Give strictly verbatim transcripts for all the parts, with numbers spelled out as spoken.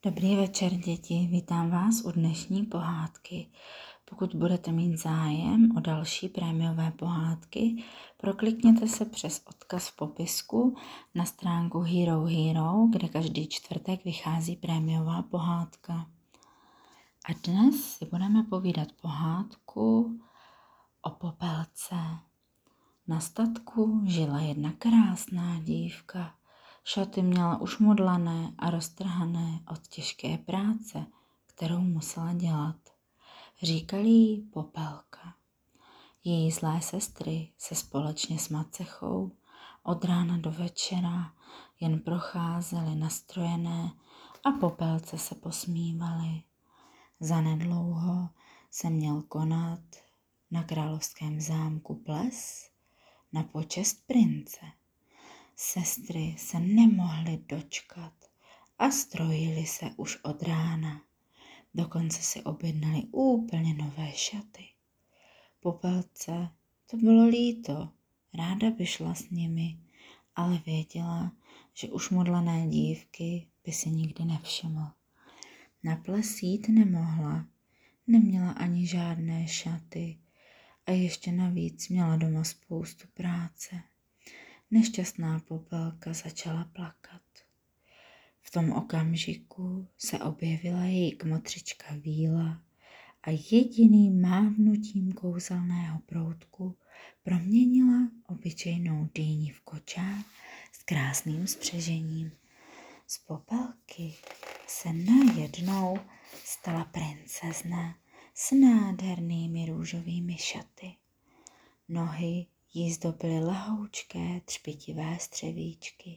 Dobrý večer, děti, vítám vás u dnešní pohádky. Pokud budete mít zájem o další prémiové pohádky, proklikněte se přes odkaz v popisku na stránku Hero Hero, kde každý čtvrtek vychází prémiová pohádka. A dnes si budeme povídat pohádku o Popelce. Na statku žila jedna krásná dívka. Šaty měla už modlané a roztrhané od těžké práce, kterou musela dělat. Říkali jí Popelka. Její zlé sestry se společně s macechou od rána do večera jen procházely nastrojené a Popelce se posmívaly. Zanedlouho se měl konat na královském zámku ples na počest prince. Sestry se nemohly dočkat a strojily se už od rána. Dokonce si objednali úplně nové šaty. Popelce to bylo líto, ráda by šla s nimi, ale věděla, že už modlané dívky by si nikdy nevšiml. Na ples jít nemohla, neměla ani žádné šaty a ještě navíc měla doma spoustu práce. Nešťastná Popelka začala plakat. V tom okamžiku se objevila její kmotřička Víla a jediným mávnutím kouzelného proutku proměnila obyčejnou dýni v kočár s krásným spřežením. Z Popelky se najednou stala princezna s nádhernými růžovými šaty. Nohy jí zdobily lehoučké třpitivé střevíčky.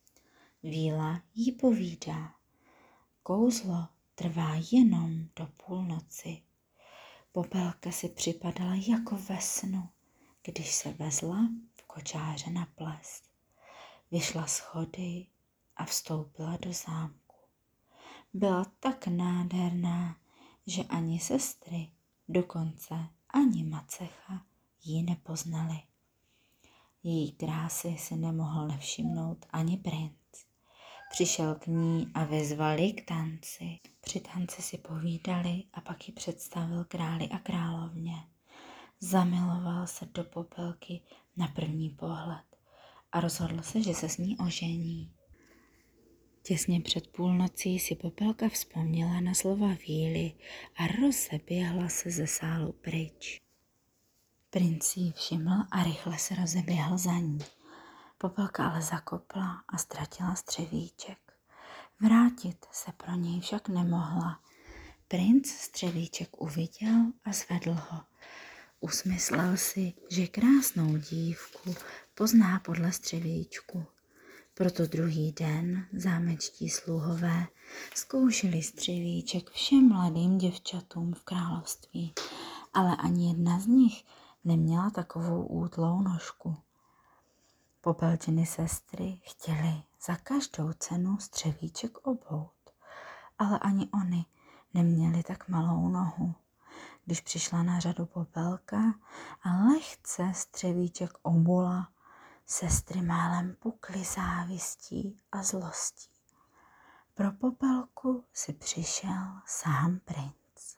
Víla jí povídá, kouzlo trvá jenom do půlnoci. Popelka si připadala jako ve snu, když se vezla v kočáře na ples. Vyšla schody a vstoupila do zámku. Byla tak nádherná, že ani sestry, dokonce ani macecha ji nepoznali. Její krásy si nemohl nevšimnout ani princ. Přišel k ní a vyzval ji k tanci. Při tanci si povídali a pak ji představil králi a královně. Zamiloval se do Popelky na první pohled a rozhodl se, že se s ní ožení. Těsně před půlnocí si Popelka vzpomněla na slova Víly a rozeběhla se ze sálu pryč. Princ si ji všiml a rychle se rozeběhl za ní. Popelka ale zakopla a ztratila střevíček. Vrátit se pro něj však nemohla. Princ střevíček uviděl a zvedl ho. Usmyslel si, že krásnou dívku pozná podle střevíčku. Proto druhý den zámečtí sluhové zkoušeli střevíček všem mladým děvčatům v království, ale ani jedna z nich neměla takovou útlou nožku. Popelčiny sestry chtěly za každou cenu střevíček obout, ale ani oni neměli tak malou nohu. Když přišla na řadu Popelka a lehce střevíček obula, sestry málem pukly závistí a zlostí. Pro Popelku si přišel sám princ.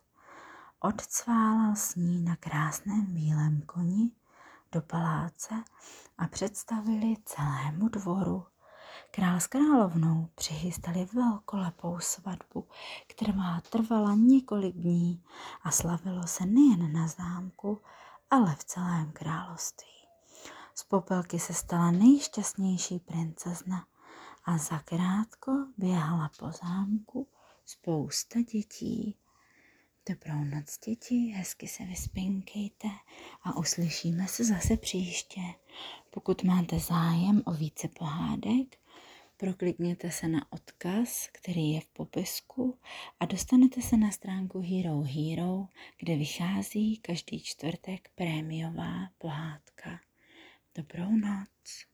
Odcválal s ní na krásném bílém koni do paláce a představili celému dvoru. Král s královnou přichystali velkolepou svatbu, která trvala několik dní a slavilo se nejen na zámku, ale v celém království. Z Popelky se stala nejšťastnější princezna a zakrátko běhala po zámku spousta dětí. Dobrou noc, děti, hezky se vyspinkejte a uslyšíme se zase příště. Pokud máte zájem o více pohádek, proklikněte se na odkaz, který je v popisku a dostanete se na stránku Hero Hero, kde vychází každý čtvrtek prémiová pohádka. Dobrou noc.